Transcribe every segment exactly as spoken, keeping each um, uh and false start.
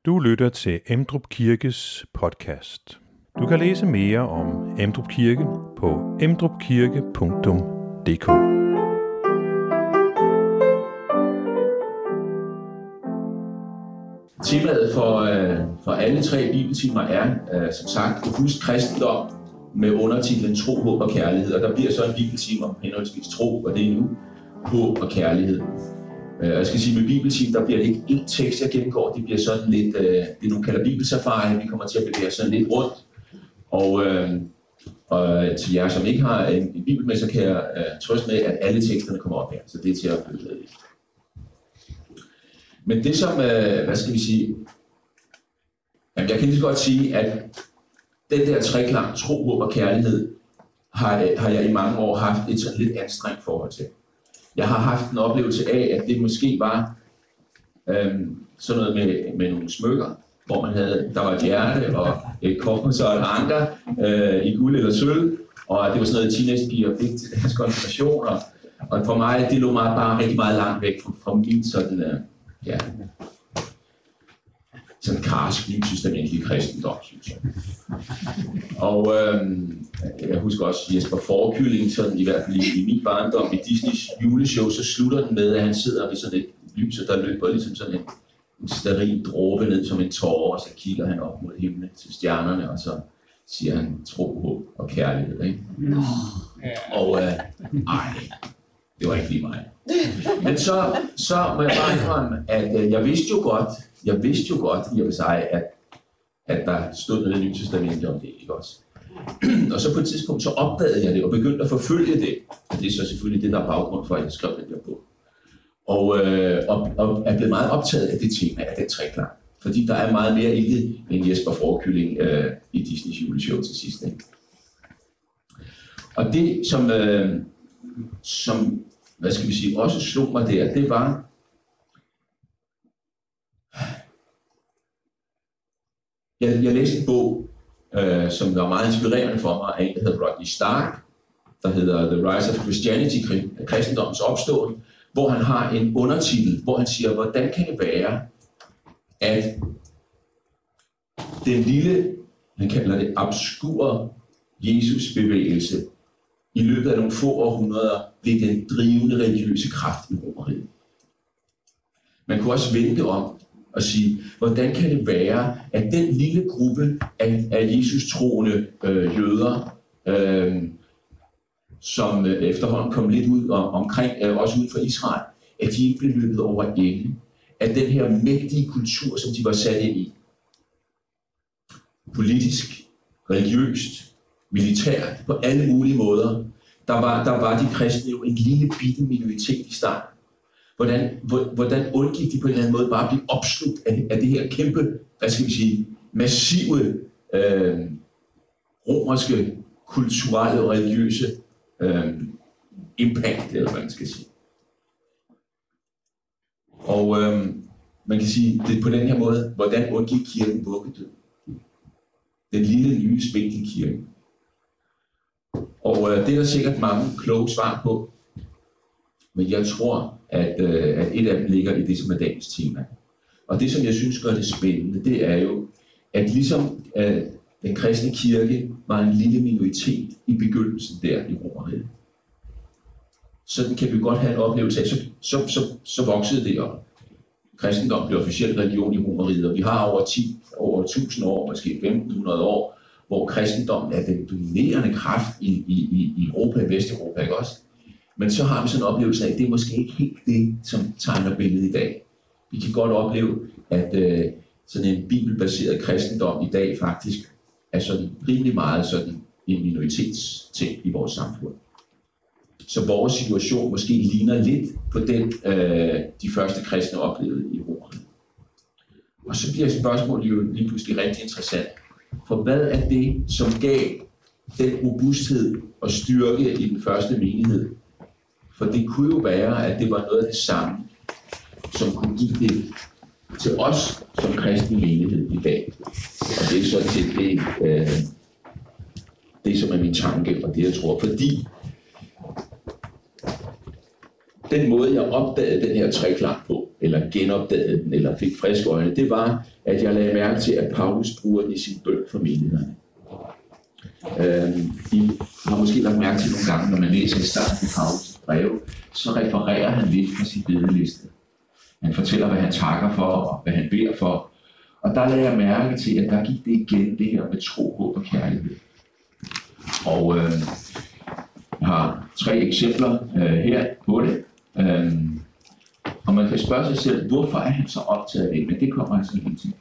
Du lytter til Emdrup Kirkes podcast. Du kan læse mere om Emdrup Kirke på emdrupkirke punktum d k. Temaet for, øh, for alle tre bibeltimer er, øh, som sagt, robust kristendom med undertitlen Tro, Håb og Kærlighed. Og der bliver så en bibeltime om henholdsvis tro, og det er nu håb og kærlighed. Øh, jeg skal sige, med bibeltimen, der bliver det ikke én tekst, jeg gennemgår. Det bliver sådan lidt, øh, det nogen kalder bibelsafari. Vi kommer til at bevæge sådan lidt rundt. Og, øh, og til jer, som ikke har en, en bibel med, så kan jeg øh, trøste med, at alle teksterne kommer op her. Så det er til at blive glædeligt. Men det som, øh, hvad skal vi sige, jamen, jeg kan lige så godt sige, at den der treklang, tro, håb og kærlighed, har, har jeg i mange år haft et sådan lidt anstrengt forhold til. Jeg har haft en oplevelse af, at det måske var øh, sådan noget med, med nogle smykker, hvor man havde, der var et hjerte og et korpus og et anker øh, i guld eller sølv, og det var sådan noget, teenagepiger fik til deres konfirmationer. Og for mig, det lå mig bare rigtig meget langt væk fra, fra min sådan, øh, ja, sådan karsk, nytestamentlig kristendom, synes jeg. Og øhm, jeg husker også Jesper Fårekylling, sådan i hvert fald i, i min barndom, i Disneys juleshow, så slutter den med, at han sidder ved sådan et lys, og der løber ligesom sådan en, en steril dråbe ned som en tåre, og så kigger han op mod himlen til stjernerne, og så siger han tro, håb og kærlighed, ikke? No. Og øh, ej, det var ikke lige mig. Men så, så må jeg bare indrømme, at øh, jeg vidste jo godt, jeg vidste jo godt i og for sig, at, at der stod noget i Nye Testamentet om det, ikke også? Og så på et tidspunkt, så opdagede jeg det og begyndte at forfølge det. Og det er så selvfølgelig det, der er baggrund for, at jeg skrev den der bog. Og, øh, og, og er blevet meget optaget af det tema, af den treklang. Fordi der er meget mere i det, end Jesper Fårekylling øh, i Disneys juleshow til sidst. Ikke? Og det, som, øh, som hvad skal vi sige, også slog mig der, det var, jeg, jeg læste en bog, øh, som var meget inspirerende for mig, af en, der hedder Rodney Stark, der hedder The Rise of Christianity, kristendommens opståen, hvor han har en undertitel, hvor han siger, hvordan kan det være, at den lille, han kalder det obskure Jesus-bevægelse, i løbet af nogle få århundreder blev den drivende religiøse kraft i Romerriget. Man kunne også vente om og sige, hvordan kan det være, at den lille gruppe af, af Jesus-troende øh, jøder, øh, som øh, efterhånden kom lidt ud og, omkring, øh, også uden for Israel, at de ikke blev løbet over ende af den her mægtige kultur, som de var sat ind i. Politisk, religiøst, militært, på alle mulige måder, der var, der var de kristne jo en lille bitte minoritet i starten. Hvordan, hvordan undgik de på en eller anden måde bare at blive opslugt af, af det her kæmpe, hvad skal vi sige, massive øh, romerske, kulturelle og religiøse øh, impact, eller hvad man skal sige. Og øh, man kan sige, det på den her måde, hvordan undgik kirken vuggedød? Den lille nye spinkelkirke. Og øh, det er der sikkert mange kloge svar på. Men jeg tror, at, øh, at et af dem ligger i det, som er dagens tema. Og det, som jeg synes gør det spændende, det er jo, at ligesom øh, den kristne kirke var en lille minoritet i begyndelsen der i Romerriget. Sådan kan vi godt have en oplevelse af, så, så, så, så voksede det op. Kristendom blev officiel religion i Romerriget, og vi har over ti, over tusind år, måske femten hundrede år, hvor kristendommen er den dominerende kraft i, i, i Europa, i Vesteuropa, ikke også? Men så har vi sådan en oplevelse af, at det er måske ikke helt det, som tegner billedet i dag. Vi kan godt opleve, at øh, sådan en bibelbaseret kristendom i dag faktisk er sådan rimelig meget sådan en minoritetsting i vores samfund. Så vores situation måske ligner lidt på den, øh, de første kristne oplevede i Romerriget. Og så bliver spørgsmålet jo lige pludselig rigtig interessant. For hvad er det, som gav den robusthed og styrke i den første menighed? For det kunne jo være, at det var noget af det samme, som kunne give det til os som kristne menighed i dag. Og det er sådan set det, øh, det som er min tanke, og det jeg tror. Fordi den måde, jeg opdagede den her treklang på, eller genopdagede den, eller fik friske øjne, det var, at jeg lagde mærke til, at Paulus bruger den i sin bøn for menighederne. Øh, I har måske lagt mærke til nogle gange, når man læser i starten af Paulus brev, så refererer han lidt fra sin bedeliste. Han fortæller, hvad han takker for, og hvad han beder for. Og der lagde jeg mærke til, at der gik det igen, det her med tro, håb og kærlighed. Og øh, jeg har tre eksempler øh, her på det. Øh, og man kan spørge sig selv, hvorfor er han så optaget af det? Men det kommer altså helt til.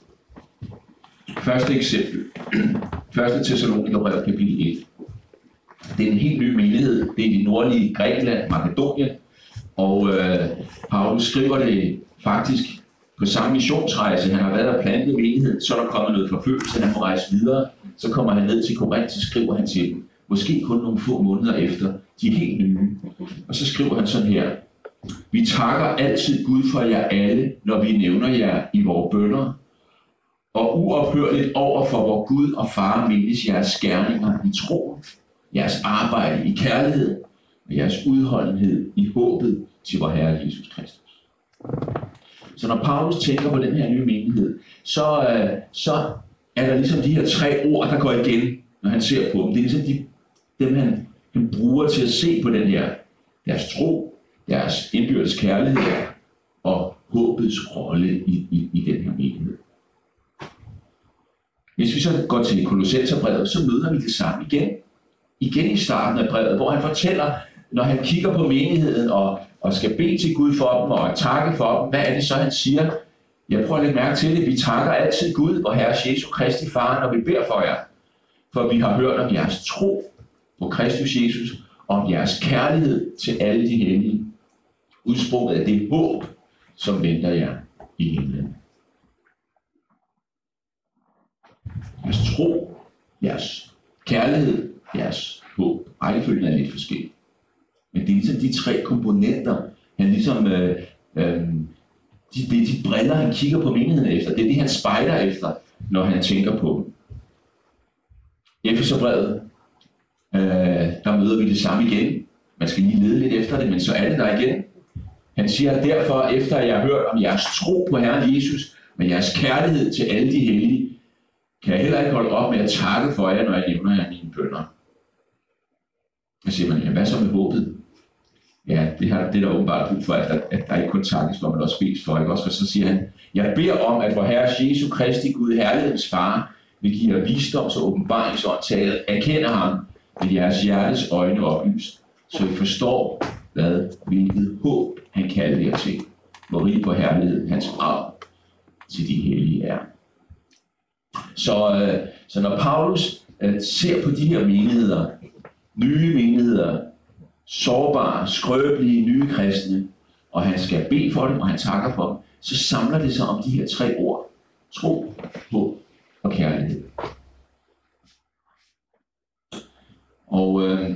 Første eksempel. Første Thessalonikerbrev kapitel et. Det er en helt ny menighed. Det er i det nordlige Grækenland, Makedonien. Og øh, Paulus skriver det faktisk på samme missionsrejse. Han har været og plantet menighed, så er der kommet noget forfølgelse, han må rejse videre. Så kommer han ned til Korinth, så skriver han til dem. Måske kun nogle få måneder efter. De er helt nye. Og så skriver han sådan her. Vi takker altid Gud for jer alle, når vi nævner jer i vores bønner. Og uophørligt over for vor Gud og Far mindes jeres gerninger i tro, jeres arbejde i kærlighed og jeres udholdenhed i håbet til vor Herre Jesus Kristus. Så når Paulus tænker på den her nye menighed, så, øh, så er der ligesom de her tre ord, der går igen, når han ser på dem. Det er ligesom de, dem, han, han bruger til at se på den her, deres tro, deres indbyrdes kærlighed og håbets rolle i, i, i den her menighed. Hvis vi så går til Kolossenserbrevet, så møder vi det samme igen. Igen i starten af brevet, hvor han fortæller, når han kigger på menigheden og, og skal bede til Gud for dem og takke for dem, hvad er det så, han siger? Jeg prøver at lægge mærke til det. Vi takker altid Gud og Herre Jesu Kristi Far, når vi beder for jer. For vi har hørt om jeres tro på Kristus Jesus, og om jeres kærlighed til alle de hellige, udsprunget af det håb, som venter jer i himlen. Jeres tro, jeres kærlighed, jeres håb. Rækkefølgen er lidt forskellig. Men det er ligesom de tre komponenter, han ligesom, øh, øh, de, de, de briller, han kigger på menigheden efter. Det er det, han spejder efter, når han tænker på dem. Efeserbrevet, øh, der møder vi det samme igen. Man skal lige lede lidt efter det, men så er det der igen. Han siger derfor, efter jeg har hørt om jeres tro på Herren Jesus, med jeres kærlighed til alle de hellige, kan jeg heller ikke holde op med at takke for jer, når jeg nævner jer mine bønner. Så siger man, ja, hvad så med håbet? Ja, det, her, det er der åbenbart brug for, at der, at der ikke kun takkes for, men også bes for. Ikke? Også, for så siger han, jeg beder om, at vor Herre Jesu Kristi Gud, herlighedens Far, vil give jer visdoms- og åbenbaringsånd til at erkende ham med jeres hjertes øjne oplyst, så I forstår, hvad, hvilket håb han kalder jer til, hvor rig på herlighed hans arv til de hellige er. Så, øh, så når Paulus øh, ser på de her menigheder, nye menigheder, sårbare, skrøbelige, nye kristne, og han skal bede for dem, og han takker for dem, så samler det sig om de her tre ord. Tro, håb og kærlighed. Og øh,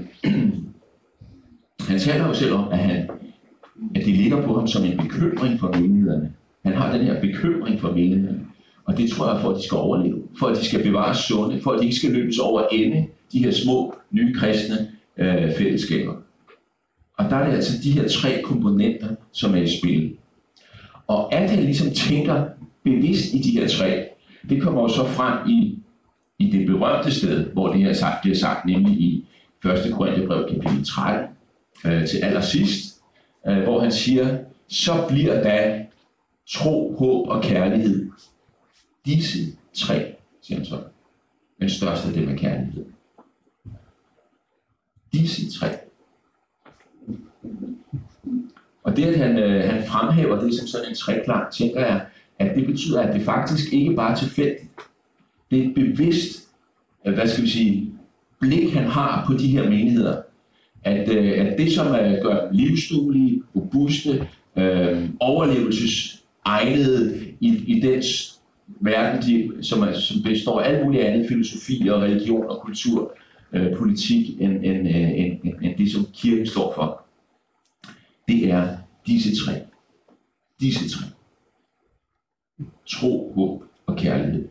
han taler jo selv om, at, han, at det ligger på ham som en bekymring for menighederne. Han har den her bekymring for menighederne. Og det tror jeg for, at de skal overleve. For at de skal bevares sunde. For at de ikke skal løbes over ende, de her små, nye kristne øh, fællesskaber. Og der er det altså de her tre komponenter, som er i spil. Og alt han ligesom tænker bevidst i de her tre, det kommer jo så frem i, i det berømte sted, hvor det her sagt, bliver sagt, nemlig i første Korintherbrev kapitel tretten, øh, til allersidst, øh, hvor han siger, så bliver da tro, håb og kærlighed. Disse tre, siger han så, den største af dem er kærlighed. Disse tre. Og det, at han, øh, han fremhæver det som sådan en treklang, tænker jeg, at det betyder, at det faktisk ikke bare er tilfældigt. Det er et bevidst, hvad skal vi sige, blik, han har på de her menigheder. At, øh, at det, som er, gør livsduelige, robuste, øh, overlevelsesegnede i, i dens verden, de, som, er, som består af alt muligt andet, filosofi og religion og kultur, øh, politik, end, end, end, end, end det, som kirken står for. Det er disse tre. Disse tre. Tro, håb og kærlighed.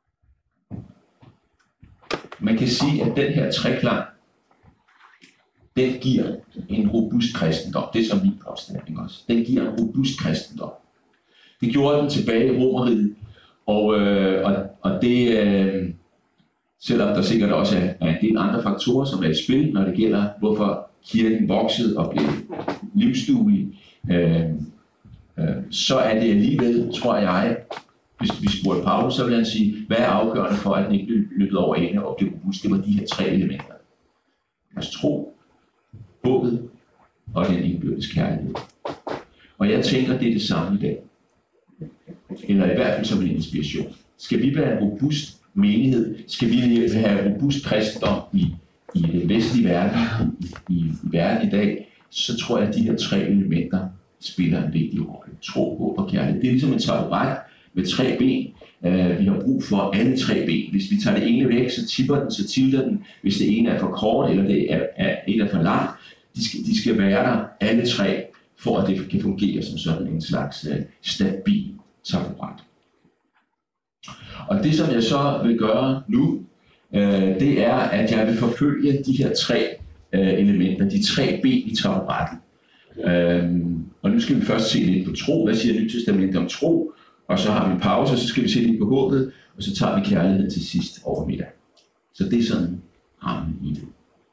Man kan sige, at den her treklang, den giver en robust kristendom. Det er som min påstand også. Den giver en robust kristendom. Det gjorde den tilbage i Romerriget, og, øh, og, og det, øh, selvom der sikkert også er, er en del andre faktorer, som er i spil, når det gælder, hvorfor kirken voksede og blev livsduelig, øh, øh, så er det alligevel, tror jeg, hvis vi spurgte Paulus, så vil han sige, hvad er afgørende for, at den ikke blev løbet over ende og blev robust? Det var de her tre elementer. Altså tro, håbet og den indbyrdes kærlighed. Og jeg tænker, det er det samme i dag. Eller i hvert fald som en inspiration. Skal vi være en robust menighed? Skal vi have en robust kristendom i, i den vestlige verden, i, i verden i dag, så tror jeg, at de her tre elementer spiller en vigtig rolle. Tro, håb og kærlighed. Det er ligesom en taburet med tre ben. Uh, vi har brug for alle tre ben. Hvis vi tager det ene væk, så tipper den, så tilter den. Hvis det ene er for kort, eller det er, er, en er for langt, de skal, de skal være der, alle tre, for at det kan fungere som sådan en slags uh, stabil taburet. Og det, som jeg så vil gøre nu, uh, det er, at jeg vil forfølge de her tre uh, elementer, de tre ben i taburetten. Uh, og nu skal vi først se lidt på tro. Hvad siger Nyt Testamentet om tro? Og så har vi en pause, og så skal vi se lidt på håbet, og så tager vi kærlighed til sidst over middag. Så det er sådan rammen i det.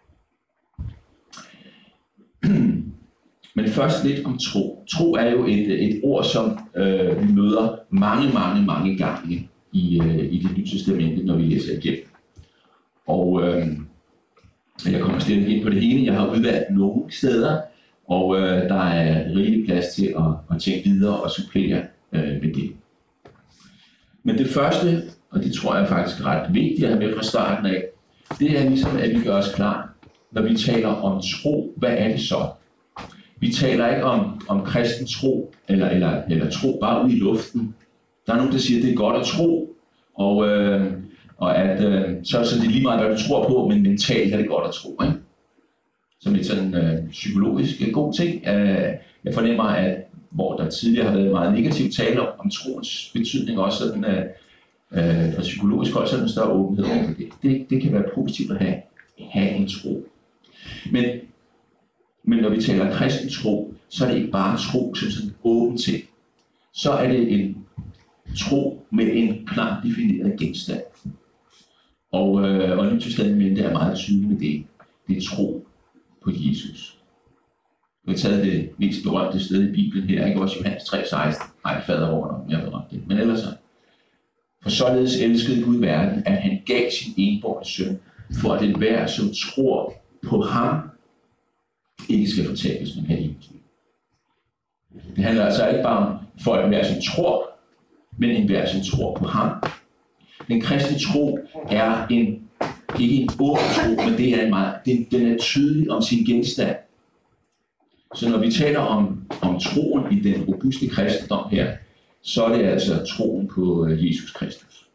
Men først lidt om tro. Tro er jo et, et ord, som øh, vi møder mange, mange, mange gange i, øh, i det Nye Testamente, når vi læser igennem. Og øh, jeg kommer slet ikke ind på det hele. Jeg har udvalgt nogle steder, og øh, der er rigelig plads til at, at tænke videre og supplere øh, med det. Men det første, og det tror jeg faktisk er ret vigtigt at have med fra starten af, det er ligesom, at vi gør os klar, når vi taler om tro, hvad er det så? Vi taler ikke om, om kristen tro, eller, eller, eller tro bare ude i luften. Der er nogen, der siger, at det er godt at tro, og, øh, og at, øh, så, så det er lige meget, hvad du tror på, men mentalt er det godt at tro. Ikke? Som et sådan øh, psykologisk god ting. Øh, jeg fornemmer, at hvor der tidligere har været meget negativt tale om, om troens betydning, også sådan, øh, øh, fra psykologisk hold, så er der en større åbenhed over det. det. Det kan være positivt at have, have en tro. Men, men når vi taler kristen tro, så er det ikke bare tro som sådan åben ting. Så er det en tro med en klart defineret genstand. Og, øh, og Nyt Testamentet er meget tydeligt med det. Det er tro på Jesus. Vi har taget det mest berømte sted i Bibelen her, ikke også Johannes tre seksten. Nej, fader over nok mere berømt det. Men ellers så. For således elskede Gud verden, at han gav sin enbårne søn, for at den hver, som tror på ham, ikke skal fortabes, men have evigt liv. Det handler altså ikke bare om for at hver, som tror, men en hver, som tror på ham. Den kristne tro er en, ikke en åben tro, men det er en meget, den, den er tydelig om sin genstand. Så når vi taler om, om troen i den robuste kristendom her, så er det altså troen på Jesus Kristus.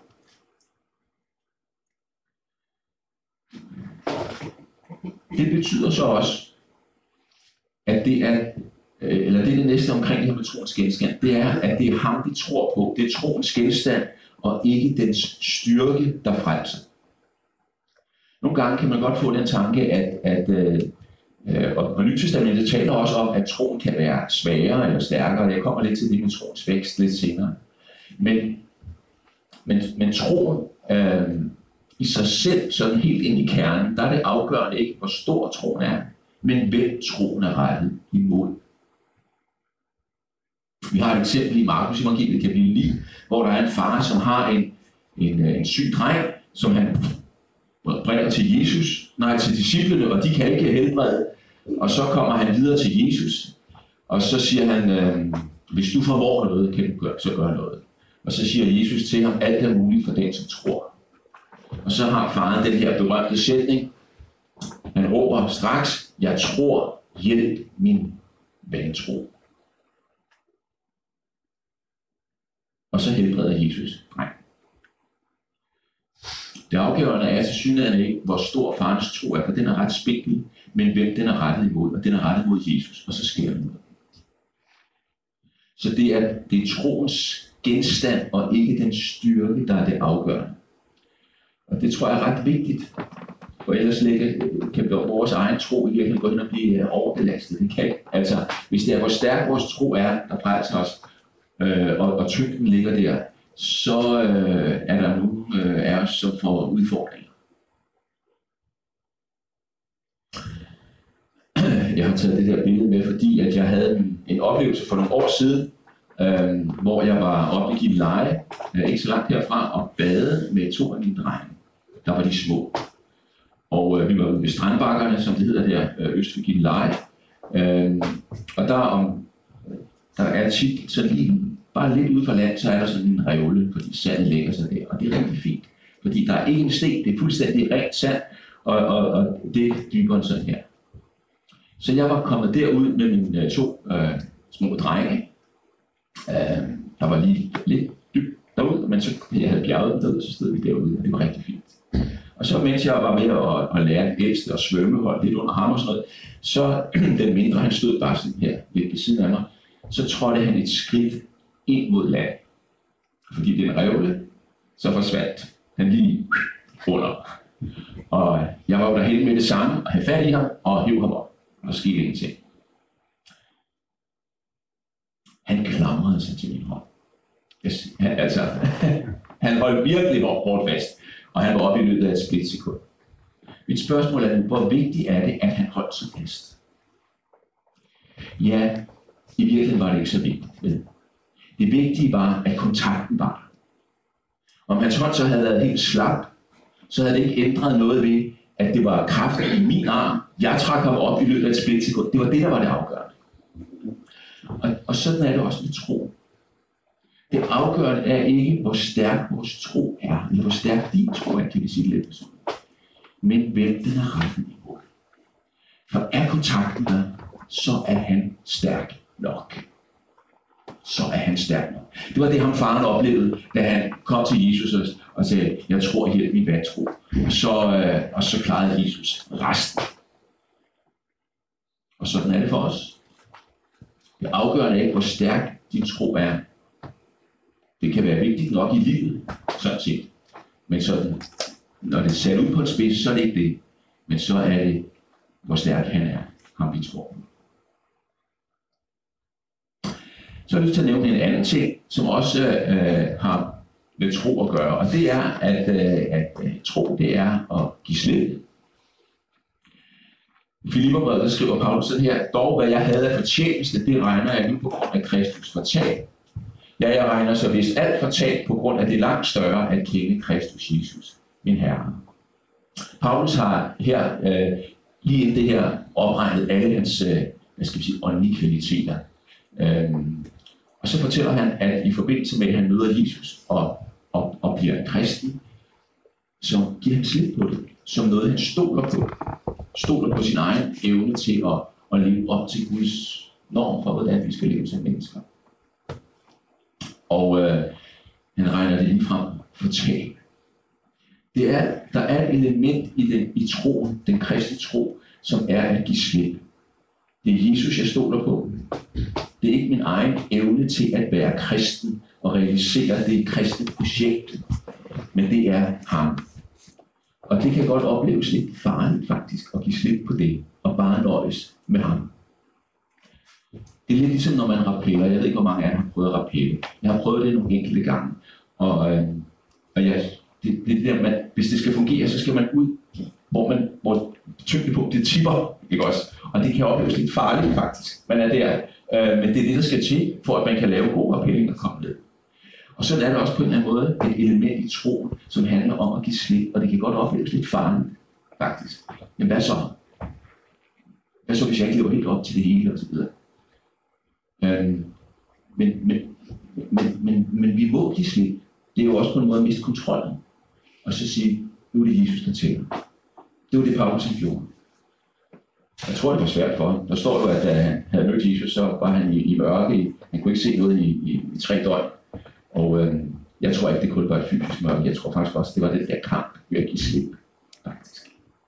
Det betyder så også, at det er, eller det er det næste omkring det her med troens genstand, det er, at det er ham, vi tror på. Det er troens genstand, og ikke dens styrke, der frelser. Nogle gange kan man godt få den tanke, at, at øh, og, og Nyt Testamentet taler også om, at troen kan være svagere eller stærkere. Jeg kommer lidt til det med troens vækst lidt senere. Men, men, men troen øh, i sig selv, sådan helt ind i kernen, der er det afgørende ikke, hvor stor troen er, men hvem troen er rettet imod. Vi har et eksempel i Markus evangeliet kapitel ni, hvor der er en far, som har en, en, en syg dreng, som han bringer til Jesus, nej til disciplene, og de kan ikke helbrede. Og så kommer han videre til Jesus, og så siger han, øh, hvis du formår noget, kan du gøre, så gør noget. Og så siger Jesus til ham, alt er muligt for den, som tror. Og så har faren den her berømte sætning. Han råber straks, jeg tror, hjælp min vantro. Og så helbreder Jesus drengen. Det afgørende er til synligheden ikke, hvor stor farens tro er, for den er ret spinkel, men hvem den er rettet imod, og den er rettet mod Jesus, og så sker det noget. Så det er, det er troens genstand, og ikke den styrke, der er det afgørende. Og det tror jeg er ret vigtigt For ellers ligger, kan vores egen tro i virkeligheden gå hen og blive overbelastet. Det kan. Altså, hvis det er, hvor stærk vores tro er, der frelser os, øh, og, og tyngden ligger der, så øh, er der nogle øh, af os, som får udfordringer. Jeg har taget det der billede med, fordi at jeg havde en, en oplevelse for nogle år siden, øh, hvor jeg var oppe i Gilleleje, øh, ikke så langt herfra, og badede med to af mine drenge. Der var de små. Og øh, vi var ude ved strandbakkerne, som det hedder der, øh, øst for Gilleleje. Øh, og der, om, der er tit, så lige bare lidt ude fra land, så er der sådan en revle, fordi sandet lægger sig der. Og det er rigtig fint, fordi der er ikke en sten, det er fuldstændig rent sand, og, og, og det er dybere end sådan her. Så jeg var kommet derud med mine to øh, små drenge. Øh, der var lige lidt dybt derude, men så jeg havde bjerget dem derude, så stod vi derude, og det var rigtig fint. Og så mens jeg var med at, at lære den ældste at svømme, holde lidt under ham og sådan noget, så den mindre, han stod bare sådan her lidt ved siden af mig, så trådte han et skridt ind mod land. Fordi det er en revle, så forsvandt han lige under. Og jeg var jo derhen med det samme, og havde fat i ham og hæv ham op. Og der skete ingenting. Han klamrede sig til min hånd. Han, altså, han holdt virkelig hårdt fast, og han var oppe i løbet af et splitsekund. Mit spørgsmål er, hvor vigtigt er det, at han holdt sig fast? Ja, i virkeligheden var det ikke så vigtigt. Men det vigtige var, at kontakten var der. Om hans hånd så havde været helt slap, så havde det ikke ændret noget ved, at det var kraften i min arm. Jeg trak ham op i løbet af et splitsekund. Det var det, der var det afgørende. Og, og sådan er det også med tro. Det afgørende er ikke, hvor stærk vores tro er, eller hvor stærk din tro er, kan vi sige lidt personligt. Men hvem den er rettet imod. For er kontakten der, så er han stærk nok. Så er han stærk nok. Det var det, ham faren oplevede, da han kom til Jesus og sagde, jeg tror, hjælp min vantro. Og så, øh, og så klarede Jesus resten. Og sådan er det for os. Det afgørende er ikke, hvor stærk din tro er. Det kan være vigtigt nok i livet, sådan set. Men sådan, når det er sat ud på en spids, så er det ikke det. Men så er det, hvor stærk han er, ham vi tror. Så har jeg lyst til at nævne en anden ting, som også øh, har med tro at gøre. Og det er, at, øh, at øh, tro, det er at give slip. I Filipperbrevet skriver Paulus sådan her, dog hvad jeg havde af fortjeneste, det regner jeg nu på grund af Kristus fortab. Ja, jeg regner så vist alt fortab på grund af det langt større at kende Kristus Jesus, min Herre. Paulus har her, øh, lige inden det her, opregnet alle hans, øh, hvad skal vi sige, åndelige kvaliteter. Øhm, og så fortæller han, at i forbindelse med, at han møder Jesus og, og, og bliver en kristen, så giver han slip på det, som noget han stoler på. Stoler på sin egen evne til at, at leve op til Guds norm for, hvordan vi skal leve som mennesker. Og øh, han regner det lige frem for tab. Det er, der er et element i, den, i troen, den kristne tro, som er at give slip. Det er Jesus, jeg stoler på. Det er ikke min egen evne til at være kristen og realisere det kristne projekt, men det er ham. Og det kan godt opleves lidt farligt faktisk at give slip på det og bare nøjes med ham. Det er lidt ligesom når man rappeller. Jeg ved ikke, hvor mange af jer har prøvet at rappelle. Jeg har prøvet det nogle enkelte gange. Og, øh, og jeg, det, det der, man, hvis det skal fungere, så skal man ud, hvor, man, hvor tyngdepunktet tipper. Ikke også? Og det kan opleves lidt farligt faktisk. Man er der. Øh, men det er det, der skal til, for at man kan lave god rappelling og komme ned. Og så er der også på en eller anden måde et element i troen, som handler om at give slip. Og det kan godt opleves lidt farligt, faktisk. Men hvad så? Hvad så, hvis jeg ikke lever helt op til det hele, og så videre? Øhm, men, men, men, men, men vi må give slip. Det er jo også på en måde at miste kontrollen. Og så sige, nu er det Jesus, der tæller. Det var det, Paulus gjorde. Jeg tror, det var svært for ham. Der står jo, at da han havde mødt Jesus, så var han i, i mørke. Han kunne ikke se noget i, i, i tre døgn. Og øh, jeg tror ikke, det kun var et fysisk mørke. Jeg tror faktisk også, det var den der kamp ved at give slip, faktisk.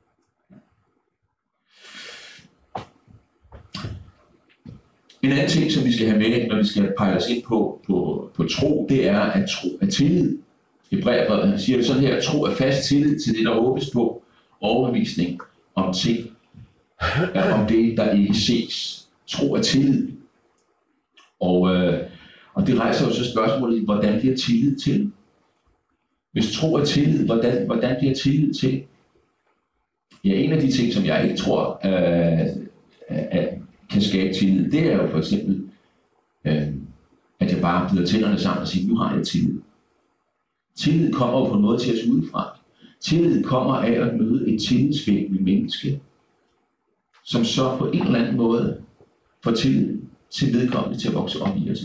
En anden ting, som vi skal have med, når vi skal pege os ind på, på, på tro, det er at tro er tillid. Hebræerbrevet, han siger det sådan her, tro er fast tillid til det, der håbes på, overbevisning om ting, om det, der ikke ses. Tro er tillid. Og, øh, og det rejser jo så spørgsmålet, hvordan bliver tillid til? Hvis tro er tillid, hvordan, hvordan bliver tillid til? Ja, en af de ting, som jeg ikke tror øh, øh, kan skabe tillid, det er jo for eksempel, øh, at jeg bare bider tænderne sammen og siger, nu har jeg tillid. Tillid kommer jo på en måde til os udefra. Tillid kommer af at møde et tillidsvækkende menneske, som så på en eller anden måde får tillid til vedkommende til at vokse op i os.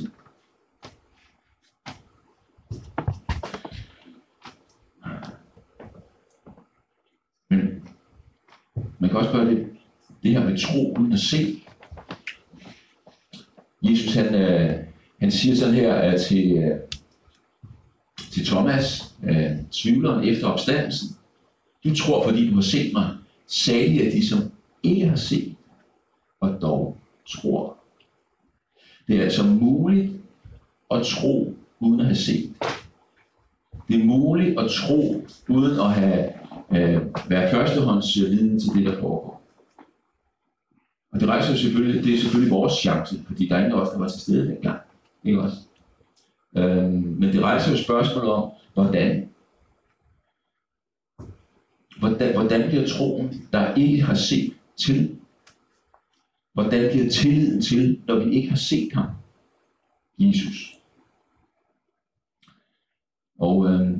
Men man kan også gøre det, det her med tro uden at se. Jesus han, øh, han siger sådan her øh, til, øh, til Thomas, øh, tvivleren efter opstandelsen. Du tror, fordi du har set mig, salige er de, som ikke har set, og dog tror. Det er altså muligt at tro uden at have set. Det er muligt at tro uden at have øh, være førstehåndsviden til det, der foregår. Og det rejser selvfølgelig, det er selvfølgelig vores chance, fordi der er ingen af os, der var til stede dengang. Ikke også? Øhm, men det rejser jo spørgsmålet om, hvordan, hvordan, hvordan bliver troen, der ikke har set, til? Hvordan bliver tilliden til, når vi ikke har set ham? Jesus. Og øh,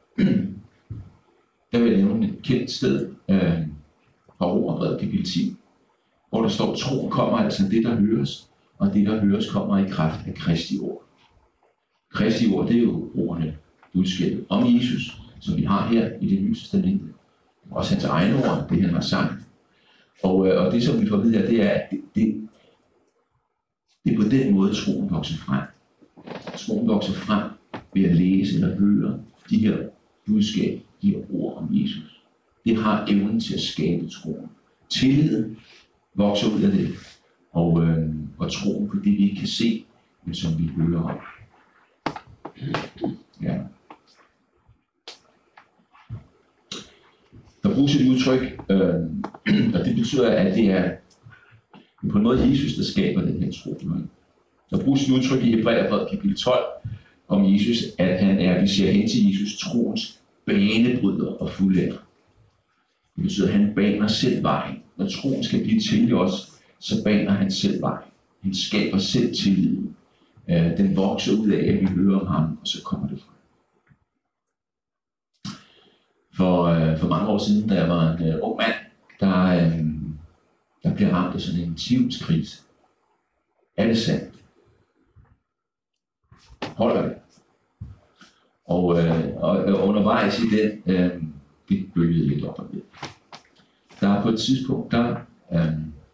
der vil jeg nævne et kendt sted øh, fra Romerbrevet kapitel ti, hvor der står, troen kommer altså det, der høres, og det, der høres, kommer i kraft af Kristi ord. Kristi ord, det er jo ordene, budskabet om Jesus, som vi har her i det nye testamente. Også hans egne ord, det han har sagt. Og, øh, og det, som vi får vide her, det er, at det, det, det er på den måde, troen vokser frem. Troen vokser frem ved at læse eller høre de her budskab, de her ord om Jesus. Det har evnen til at skabe troen. Tilliden vokser ud af det, og, øh, og troen på det, vi ikke kan se, men som vi hører om. Ja. Der bruges et udtryk, øh, og det betyder, at det er på en måde Jesus, der skaber den her tro. Der bruges et udtryk i Hebræerbrevet kapitel tolv om Jesus, at han er, vi ser hen til Jesus, troens banebryder og fuldender. Det betyder, at han baner selv vejen. Når troen skal blive til os, så baner han selv vejen. Han skaber selv tilliden. Den vokser ud af, at vi hører om ham, og så kommer det frem. For, øh, for mange år siden, da jeg var en øh, ung mand, der, øh, der blev ramt af sådan en tvivlskrise. Er det sandt? Holder det? Og, øh, og, og undervejs i den, øh, det bølgede lidt op og ned. Der er på et tidspunkt, der, øh,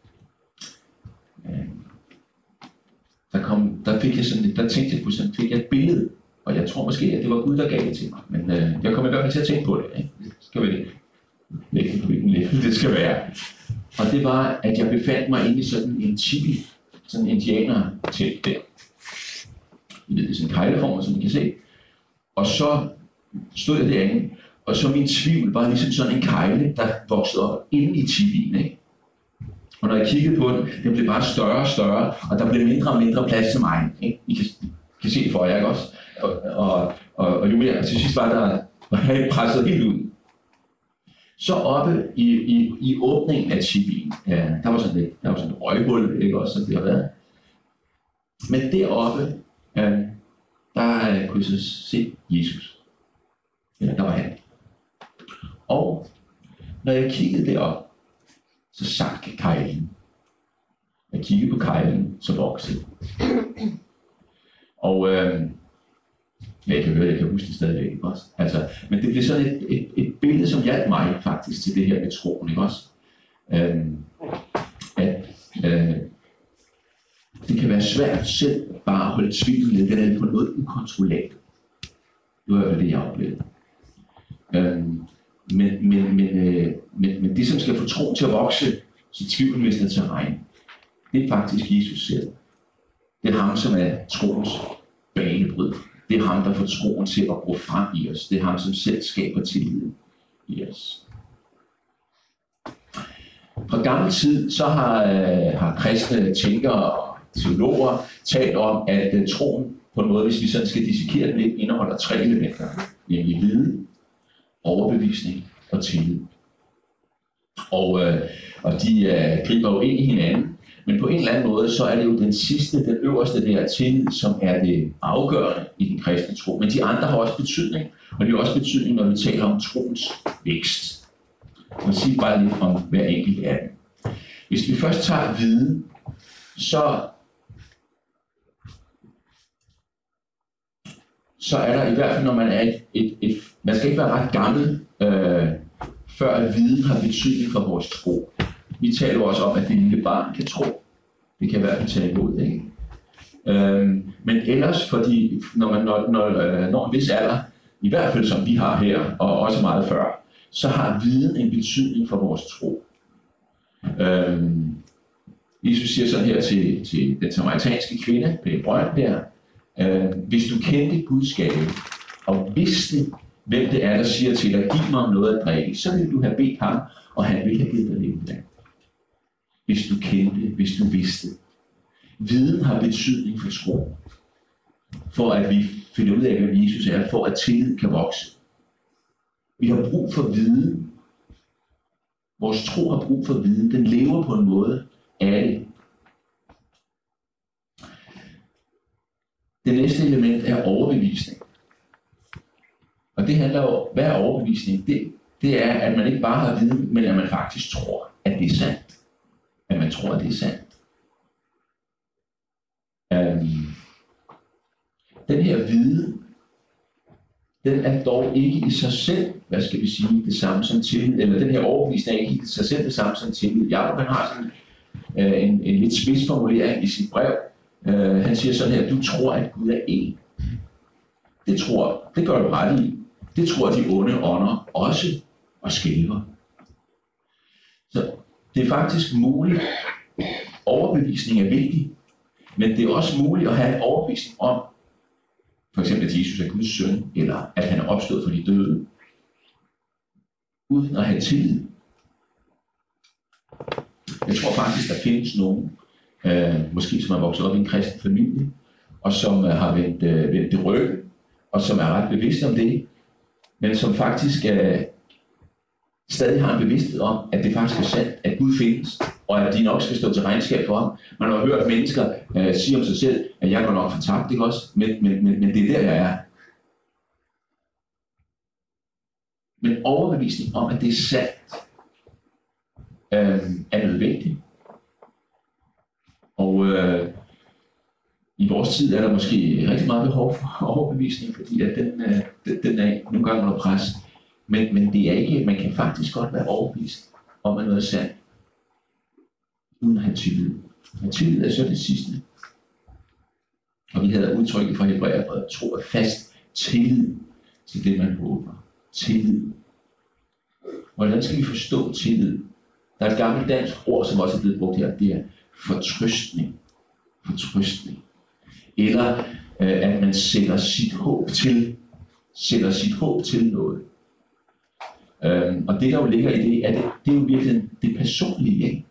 øh, der, kom, der fik jeg sådan, der tænkte jeg på sådan, fik jeg et billede. Og jeg tror måske, at det var Gud, der gav det til mig. Men øh, jeg kom i hvert fald til at tænke på det. Ikke? Det skal vi lægge på hvilken level det skal være. Og det var, at jeg befandt mig inde i sådan en tipi, sådan en indianer-telt der. I ved, det er sådan en kejleform, som I kan se. Og så stod jeg derinde, og så min tvivl var ligesom sådan en kejle, der voksede op inde i tipien. Ikke? Og når jeg kiggede på den, den blev bare større og større, og der blev mindre og mindre plads til mig. Ikke? I kan, kan se det for jer, ikke også? Og, og, og, og jo mere, til sidst var der, var jeg presset helt ud. Så oppe i, i, i åbningen af tipien, ja, der var sådan lidt, der var sådan et røghul, ikke også, som det har været. Men deroppe, ja, der kunne jeg så se Jesus. Ja, der var han. Og når jeg kiggede derop, så sank kejlen. Jeg kiggede på kejlen, så voksede. Og øh, ja, jeg kan høre det, jeg kan huske det stadigvæk, ikke også? Altså, men det blev sådan et, et, et billede, som hjalp mig faktisk til det her med troen, ikke også? Øhm, at øh, det kan være svært selv bare at holde tvivlen ned, den er på noget ukontrollabel. Det var i hvert fald det, jeg oplevede. Øhm, men, men, men, øh, men, men det, som skal få troen til at vokse, så tvivlen mister terræn, det er faktisk Jesus selv. Det er ham, som er troens banebryd. Det er ham, der får troen til at gå frem i os. Det er ham, som selv skaber tilliden i os. Fra gammel tid, så har, øh, har kristne tænkere og teologer talt om, at øh, troen på en måde, hvis vi sådan skal dissekere den lidt, indeholder tre elementer. Nemlig viden, overbevisning og tillid. Og, øh, og de øh, griber jo ind i hinanden. Men på en eller anden måde, så er det jo den sidste, den øverste der tillid, som er det afgørende i den kristne tro. Men de andre har også betydning, og det har også betydning, når vi taler om troens vækst. Jeg vil sige bare lidt om hver enkelt af dem. Hvis vi først tager viden, så, så er der i hvert fald, når man er et, et, et man skal ikke være ret gammel, øh, før at viden har betydning for vores tro. Vi taler også om, at det lille barn kan tro. Det kan i hvert fald tage imod, ikke? Øhm, men ellers, fordi når man når, når, når en vis alder, i hvert fald som vi har her, og også meget før, så har viden en betydning for vores tro. Øhm, Jesus siger sådan her til, til den samaritanske kvinde, ved brønden der, øh, hvis du kendte Guds gave, og vidste, hvem det er, der siger til dig, giv mig noget at drikke, så vil du have bedt ham, og han vil have givet dig levende vand. Hvis du kendte, hvis du vidste. Viden har betydning for tro. For at vi finder ud af, hvem Jesus er, for at tillid kan vokse. Vi har brug for viden. Vores tro har brug for viden. Den lever på en måde af det. Det næste element er overbevisning. Og det handler jo, hvad er overbevisning? Det, det er, at man ikke bare har viden, men at man faktisk tror, at det er sandt. At man tror, at det er sandt. Um, den her viden, den er dog ikke i sig selv, hvad skal vi sige, det samme som tillid, eller den her overbevisning er ikke i sig selv det samme som tillid. Jakob, han har sådan uh, en, en lidt spids formulering i sit brev. Uh, han siger sådan her, du tror, at Gud er én. Det tror, det gør du ret i. Det tror de onde ånder også og skælver. Så det er faktisk muligt. Overbevisning er vigtig, men det er også muligt at have en overbevisning om, for eksempel at Jesus er Guds søn, eller at han er opstået for de døde, uden at have tillid. Jeg tror faktisk, der findes nogen, øh, måske som er vokset op i en kristen familie, og som øh, har vendt, øh, vendt det ryggen, og som er ret bevidste om det, men som faktisk øh, stadig har en bevidsthed om, at det faktisk er sandt, at Gud findes, og at de nok skal stå til regnskab for ham. Man har hørt mennesker øh, sige om sig selv, at jeg går nok fortabt, ikke også? Men, men, men, men det er der, jeg er. Men overbevisning om, at det er sandt, øh, er nødvendigt. Og øh, i vores tid er der måske rigtig meget behov for overbevisning, fordi at den, øh, den, den er nogle gange under pres. Men, men det er ikke, man kan faktisk godt være overbevist om, at noget er sandt, uden at have tillid. Og tillid er så det sidste. Og vi havde udtrykket fra Hebræerbrevet, tro er fast tillid til det, man håber. Tillid. Hvordan skal vi forstå tillid? Der er et gammelt dansk ord, som også er blevet brugt her, det er fortrøstning. Fortrøstning. Eller øh, at man sætter sit håb til, sætter sit håb til noget. Øhm, og det, der jo ligger i det, er det, det er jo virkelig det personlige, ikke?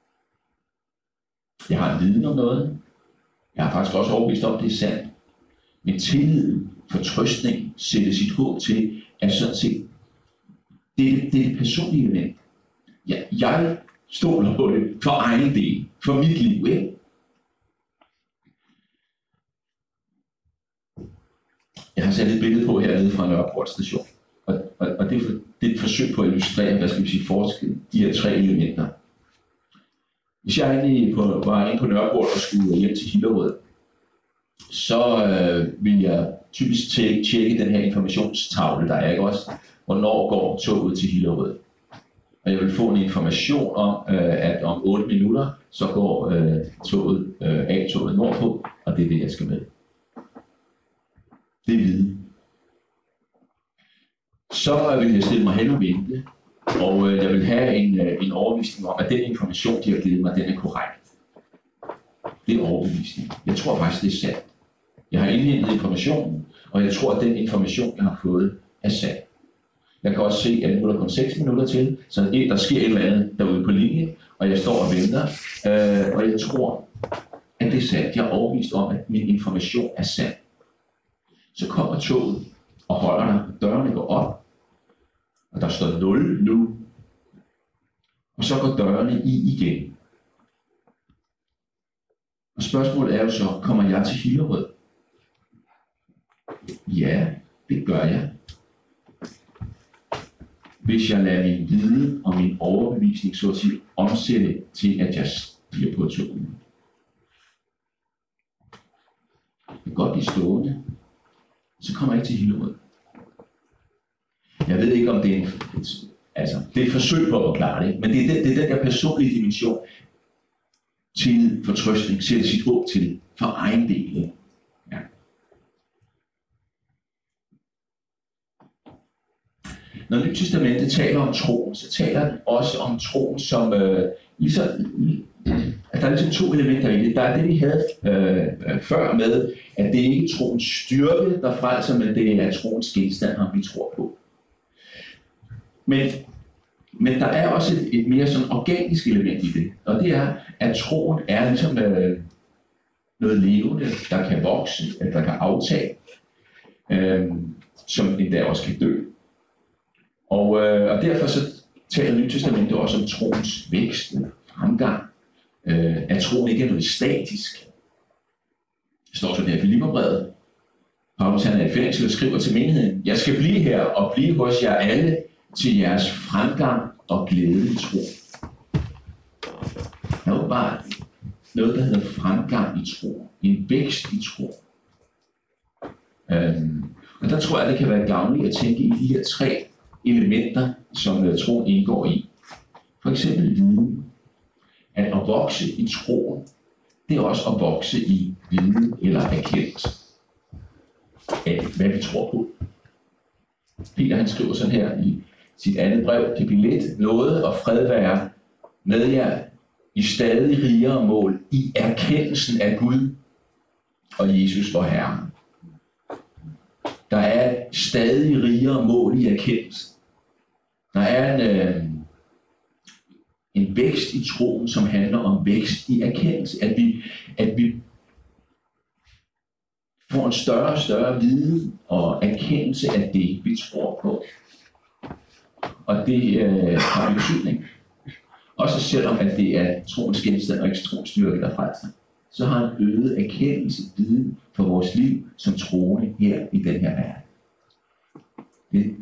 Jeg har en viden om noget. Jeg har faktisk også overbevist om, det er sandt. Men tillid, fortrøstning, sætte sit håb til, er sådan set, det, det er det personlige element. Ja, jeg stoler på det for egen del, for mit liv, ikke? Jeg har sat et billede på hernede fra Nørreport station. Og, og, og det, er, det er et forsøg på at illustrere, hvad skal vi sige, forskellen, de her tre elementer. Hvis jeg egentlig på, var inde på Nørreport og skulle hjem til Hillerød, så øh, vil jeg typisk tjekke, tjekke den her informationstavle, der er, ikke også? Hvornår går toget til Hillerød? Og jeg vil få en information om, øh, at om otte minutter, så går øh, toget, øh, A-toget nordpå, og det er det, jeg skal med. Det er viden. Så vil jeg stille mig hen og vente, og øh, jeg vil have en, øh, en overbevisning om, at den information, de har givet mig, den er korrekt. Det er overbevisning. Jeg tror faktisk, det er sandt. Jeg har indhentet informationen, og jeg tror, at den information, jeg har fået, er sand. Jeg kan også se, at nu er der kun seks minutter til, så der sker et eller andet derude på linjen, og jeg står og venter, øh, og jeg tror, at det er sandt. Jeg er overbevist om, at min information er sand. Så kommer toget og holder der, og dørene går op, og der står nul nu, og så går dørene i igen. Og spørgsmålet er jo så, kommer jeg til Hillerød? Ja, det gør jeg. Hvis jeg lader min viden og min overbevisning så at sige omsætte til, at jeg stiger på toget. Jeg kan godt blive stående, så kommer jeg ikke til Hillerød. Jeg ved ikke, om det er en, altså, det er et forsøg på at forklare det, men det er den, det er den der personlige dimension til fortrøstning, sætte sit håb til for egen del. Ja. Når Nyt Testamentet taler om troen, så taler den også om troen som øh, ligesom, at der er ligesom to elementer i det. Der er det, vi havde øh, før med, at det ikke er troens styrke, der frelser, men det er troens genstand, vi tror på. Men, men der er også et, et mere sådan organisk element i det, og det er, at troen er ligesom øh, noget levende, der kan vokse, der kan aftage, øh, som endda også kan dø. Og, øh, og derfor så taler Nyt Testamentet også om troens vækst, fremgang, øh, at troen ikke er noget statisk. Det står sådan her i Filipperbrevet. Paulus han er i fængsel og skriver til menigheden: Jeg skal blive her og blive hos jer alle til jeres fremgang og glæde i tro. Der er jo bare noget, der hedder fremgang i tro. En vækst i tro. Øhm, og der tror jeg, det kan være gavnligt at tænke i de her tre elementer, som uh, troen indgår i. For eksempel viden. At at vokse i troen, det er også at vokse i viden eller erkendelse af, hvad vi tror på. Peter han skriver sådan her i sit andet brev, kapitel et: Nåde og fred være med jer i stadig rigere mål i erkendelsen af Gud og Jesus vor Herre. Der er stadig rigere mål i erkendelsen. Der er en, øh, en vækst i troen, som handler om vækst i erkendelse. At vi, at vi får en større og større viden og erkendelse af det, vi tror på. Og det øh, har en betydning. Også selvom at det er troens genstand og ikke troens styrke, der frelser, så har en øget erkendelse, viden for vores liv som troende her i den her verden. Det.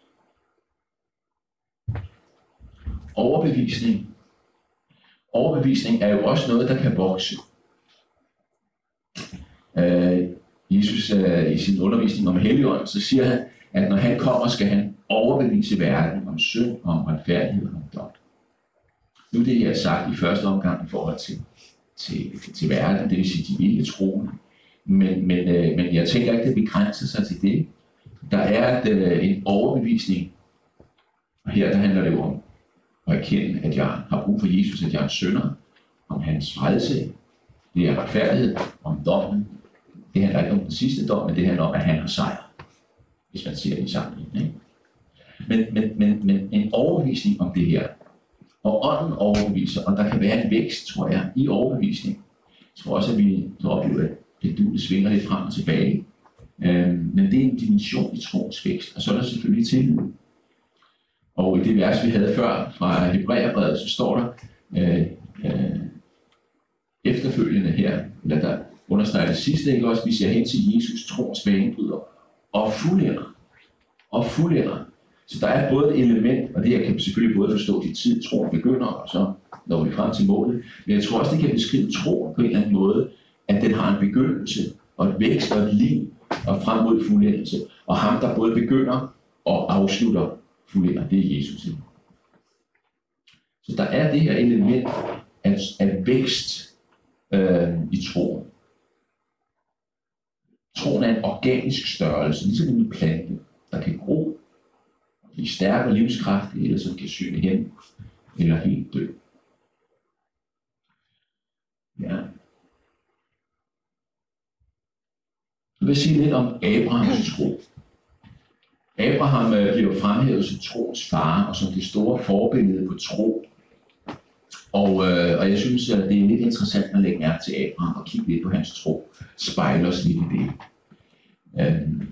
Overbevisning. Overbevisning er jo også noget, der kan vokse. Øh, Jesus øh, i sin undervisning om Helligånden, så siger han, at når han kommer, skal han overbevise verden om synd, om retfærdighed og om dom. Nu er det her sagt i første omgang i forhold til, til, til verden, det vil sige de ikke troende. Men, men, øh, men jeg tænker ikke, det begrænser sig til det. Der er et, øh, en overbevisning, og her der handler det jo om at erkende, at jeg har brug for Jesus, at jeg er en synder, om hans frelse, det er retfærdighed, om dommen. Det handler ikke om den sidste dom, men det handler om, at han har sejr, hvis man ser det i sammenhæng. Ikke? Men, men, men, men en overbevisning om det her, og ånden overbeviser, og der kan være en vækst, tror jeg, i overbevisning. Jeg tror også, at vi kan opleve, at pendulet svinger lidt frem og tilbage. Øhm, men det er en dimension i troens vækst, og så er der selvfølgelig tillid. Og i det vers, vi havde før fra Hebræerbrevet, så står der øh, øh, efterfølgende her, eller der understreger det sidste, ikke også, vi ser hen til Jesus, troens banebryder, og fuldender. Og fuldender. Så der er både et element, og det her kan selvfølgelig både forstå de tid, troen begynder, og så når vi frem til målet. Men jeg tror også, det kan beskrive troen på en eller anden måde, at den har en begyndelse, og et vækst og et liv, og frem mod fuldendelse. Og ham, der både begynder og afslutter fuldender, det er Jesus. Så der er det her element af, af vækst øh, i troen. Troen er en organisk størrelse, ligesom en plante, der kan gro, blive stærk og livskraftig, eller som kan syne hen, eller helt dø. Ja. Jeg vil sige lidt om Abrahams tro. Abraham øh, bliver fremhævet som troens far og som det store forbillede på tro. Og, øh, og jeg synes, at det er lidt interessant at lægge mærke til Abraham og kigge lidt på hans tro. Spejle os lidt i det. Øhm,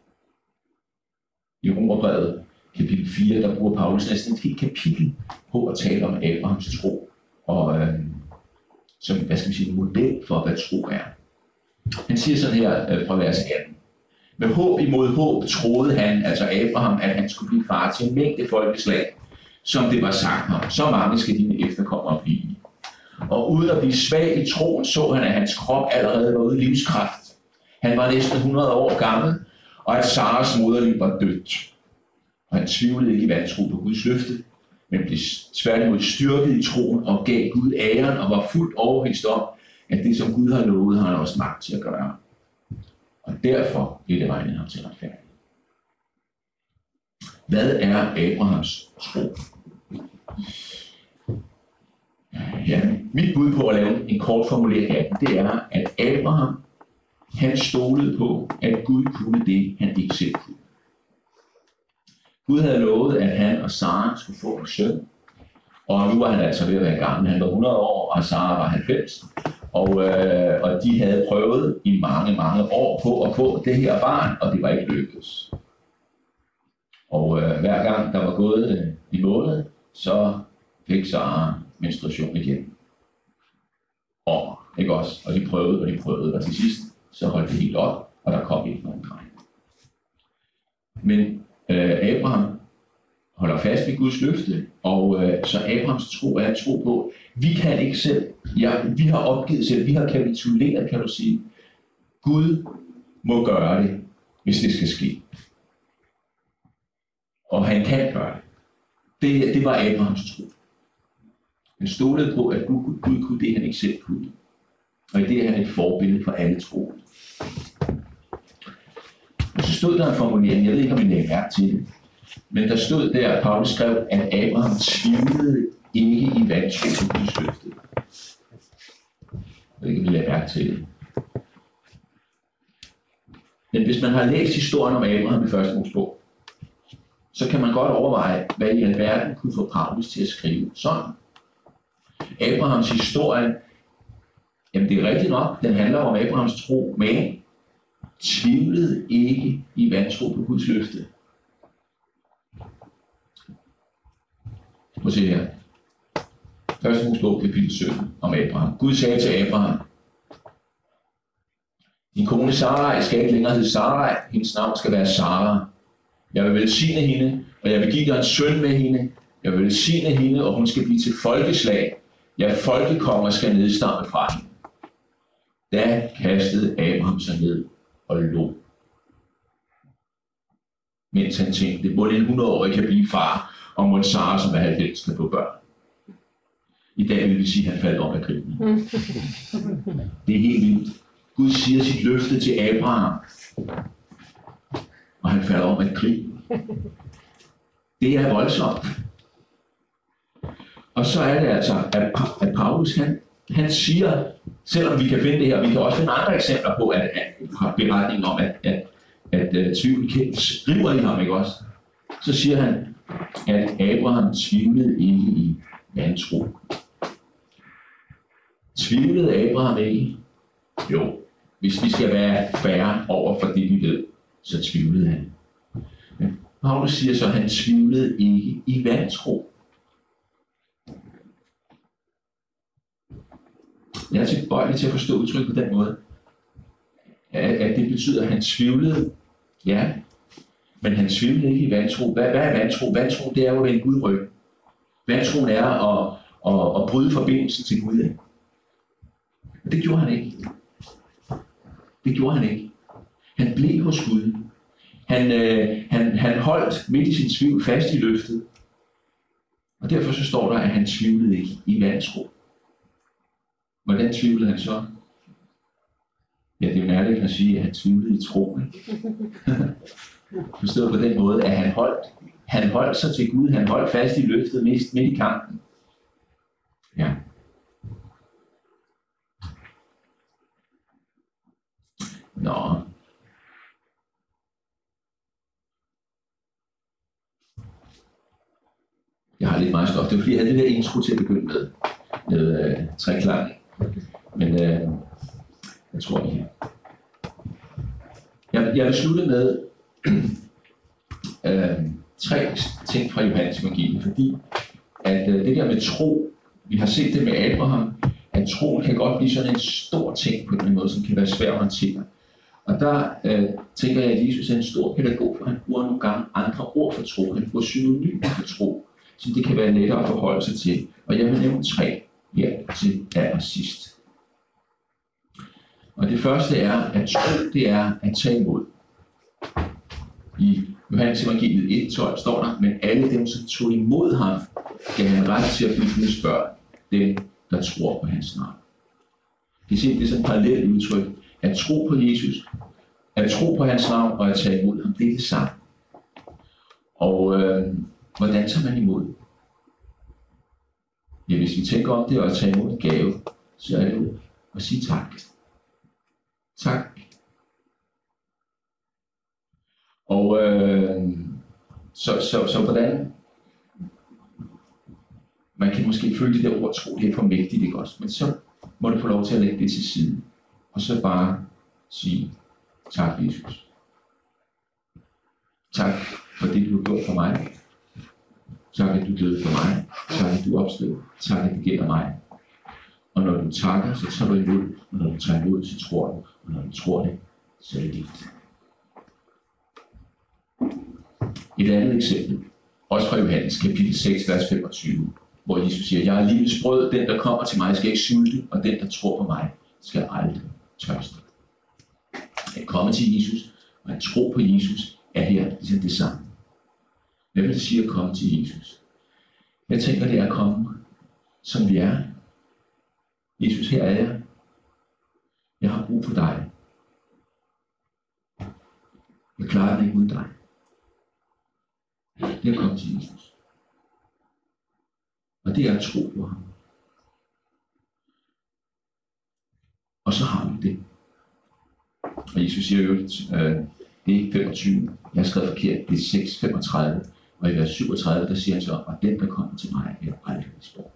I Romerbrevet kapitel fire, der bruger Paulus næsten et helt kapitel på at tale om Abrahams tro. Og øh, som, hvad skal vi sige, en model for, hvad tro er. Han siger sådan her øh, fra vers atten. Med håb imod håb troede han, altså Abraham, at han skulle blive far til en mængde folkeslag, som det var sagt ham. Så mange skal dine efterkommere blive. Og uden at blive svag i troen, så han, at hans krop allerede var ude i livskraft. Han var næsten hundrede år gammel, og at Saras moderliv var dødt. Og han tvivlede ikke i vantro på Guds løfte, men blev tværtimod styrket i troen og gav Gud æren og var fuldt overbevist om, at det som Gud har lovet, har han også magt til at gøre. Og derfor blev det regnet ham til retfærdig. Hvad er Abrahams tro? Ja, mit bud på at lave en kort formulering af den, det er, at Abraham, han stolede på, at Gud kunne det, han ikke selv kunne. Gud havde lovet, at han og Sara skulle få en søn, og nu var han altså ved at være gammel. Han var hundrede år, og Sara var halvfems. Og, øh, og de havde prøvet i mange, mange år på at få det her barn, og det var ikke lykkedes. Og øh, hver gang der var gået øh, i måned, så fik Sara menstruation igen. Og, ikke også? Og de prøvede, og de prøvede, og til sidst så holdt det helt op, og der kom ikke nogen dreng. Men øh, Abraham holder fast ved Guds løfte, og øh, så Abrahams tro er at tro på, vi kan ikke selv, ja, vi har opgivet selv, vi har kapituleret, kan du sige. Gud må gøre det, hvis det skal ske. Og han kan gøre det. Det, det var Abrahams tro. Han stolede på, at Gud, Gud kunne det, han ikke selv kunne. Og i det er han et forbillede for alle troende. Og så stod der en formulering, jeg ved ikke, om I lægger mærke til det, men der stod der, at Paulus skrev, at Abraham tvivlede ikke i vantro på Guds løfte. Jeg ved ikke, om I lægger mærke til det. Men hvis man har læst historien om Abraham i første Mosebog, så kan man godt overveje, hvad i alverden kunne få Paulus til at skrive sådan. Abrahams historie, jamen det er rigtigt nok, den handler om Abrahams tro, men tvivlede ikke i vantro på Guds løfte. Prøv at se her. første Mosebog kapitel sytten om Abraham. Gud sagde til Abraham, din kone Sarai skal ikke længere hedde Sarai, hendes navn skal være Sara. Jeg vil velsigne hende, og jeg vil give dig en søn med hende. Jeg vil velsigne hende, og hun skal blive til folkeslag. Ja, folkekonger skal nedstamme fra hende. Da kastede Abraham sig ned og lå. Mens han tænkte, hvor en hundrede-årig kan blive far, og må Sara, som er halvfems, kan få børn. I dag vil vi sige, at han faldt om af krigen. Det er helt vildt. Gud siger sit løfte til Abraham, og han falder om af krigen. Det er voldsomt. Og så er det altså, at Paulus, han, han siger, selvom vi kan finde det her, vi kan også finde andre eksempler på, at han har beretning om, at, at, at, at tvivl skriver i ham, ikke også? Så siger han, at Abraham tvivlede ikke i vantro. Tvivlede Abraham ikke? Jo, hvis vi skal være færre over for det, vi ved, så tvivlede han. Men Paulus siger så, at han tvivlede ikke i vantro. Jeg er tilbøjelig til at forstå udtryk på den måde, at det betyder, at han tvivlede, ja, men han tvivlede ikke i vantro. Hvad, hvad er vantro? Vantro, det er jo en Gud ryg. Vantroen er at, at, at bryde forbindelsen til Gud. Og det gjorde han ikke. Det gjorde han ikke. Han blev hos Gud. Han, øh, han, han holdt midt i sin tvivl fast i løftet. Og derfor så står der, at han tvivlede ikke i vantro. Hvordan tvivlede han så? Ja, det er jo nærligt at sige, at han tvivlede i tro. Forstået på den måde, at han holdt, han holdt sig til Gud, han holdt fast i løftet midt, midt i kampen. Ja. Nå. var lidt meget stof. Det var fordi, jeg havde det der intro til at begynde med, med øh, treklang. Men øh, jeg tror ikke her. Jeg, jeg vil slutte med øh, tre ting fra Johannes evangeliet, fordi at øh, det der med tro, vi har set det med Abraham, at troen kan godt blive sådan en stor ting på en måde, som kan være svær at håndtere. Og der øh, tænker jeg, at Jesus er en stor pædagog, for han bruger nogle gange andre ord for tro. Han bruger synonymer for tro, så det kan være lettere at forholde sig til. Og jeg vil nævne tre her til allersidst. Og det første er, at tro, det er at tage imod. I Johannes evangeliet et tolv står der, men alle dem, som tog imod ham, gav han ret til at blive Guds børn, dem, der tror på hans navn. Det er simpelthen sådan et parallelt udtryk. At tro på Jesus, at tro på hans navn og at tage imod ham, det er det samme. Og øh, hvordan tager man imod? Ja, hvis vi tænker om det og at tage imod en gave, så er det jo at sige tak. Tak. Og øh, så, så, så hvordan? Man kan måske føle det der ord tro, det er for mægtigt, ikke også? Men så må du få lov til at lægge det til side. Og så bare sige, tak Jesus. Tak for det, du har gjort for mig. Tak, at du døde for mig. Tak, at du opstod. Tak, at det gælder mig. Og når du takker, så tager du imod. Og når du tager imod, så tror du. Og når du tror det, så er det dit. Et andet eksempel, også fra Johannes kapitel seks, vers femogtyve, hvor Jesus siger, jeg er livets brød, den der kommer til mig skal ikke sulte, og den der tror på mig skal aldrig tørste. At komme til Jesus og at tro på Jesus er her ligesom det samme. Hvad vil det sige at komme til Jesus? Jeg tænker, det er at komme, som vi er. Jesus, her er jeg. Jeg har brug for dig. Jeg klarer det ikke uden dig. Det er at komme til Jesus. Og det er at tro på ham. Og så har vi det. Og Jesus siger jo, øh, det er femogtyve. Jeg har skrevet forkert. Det er seks femogtredive. Og i vers syvogtredive, der siger han så, og den, der kommer til mig, er aldrig spor.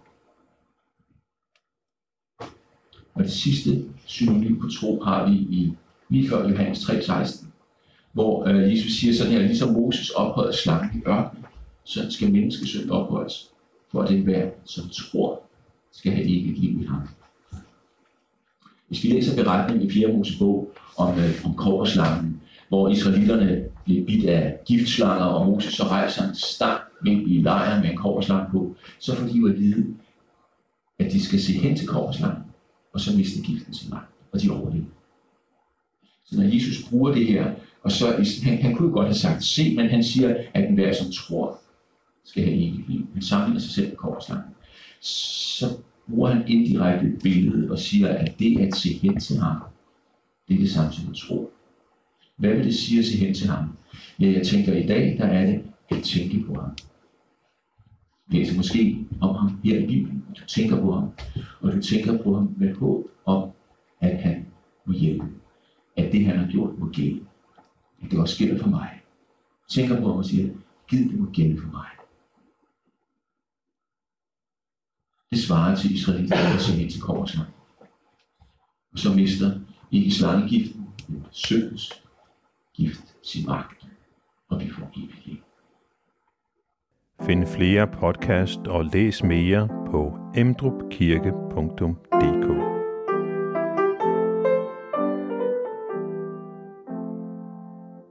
Og det sidste synonym på tro har vi i lige før Johannes tre seksten, hvor øh, Jesus siger sådan her, ligesom Moses ophøjede slangen i ørkenen, så skal menneskesøn ophøjes, for at den hver, som tror, skal have evigt liv i ham. Hvis vi læser beretningen i fjerde Mosebog om, øh, om kobberslangen, hvor israelitterne blev bidt af giftslanger, og Moses så rejser en stang midt i lejren med en kobberslange på, så får de jo at vide, at de skal se hen til kobberslangen, og så mister giften sin magt, og de overlever. Så når Jesus bruger det her, og så, han, han kunne jo godt have sagt se, men han siger, at den der, som tror, skal have evigt liv. Han sammenligner sig selv med kobberslangen. Så bruger han indirekte et billede og siger, at det at se hen til ham, det er det samme som at tro. Hvad vil det sige at se hen til ham? Ja, jeg tænker, i dag, der er det at tænke på ham. Læser måske om ham her i Bibelen, og du tænker på ham, og du tænker på ham med håb om, at han må hjælpe. At det, han har gjort, må gælde. At det også gælder for mig. Tænker på ham og siger, gid det må gælde for mig. Det svarer til israelitterne, der ser hen til kobberslangen. Og så mister ikke slangegiften, men syndens gift sin magt, og vi får evigt liv. Find flere podcast og læs mere på emdrupkirke punktum d k.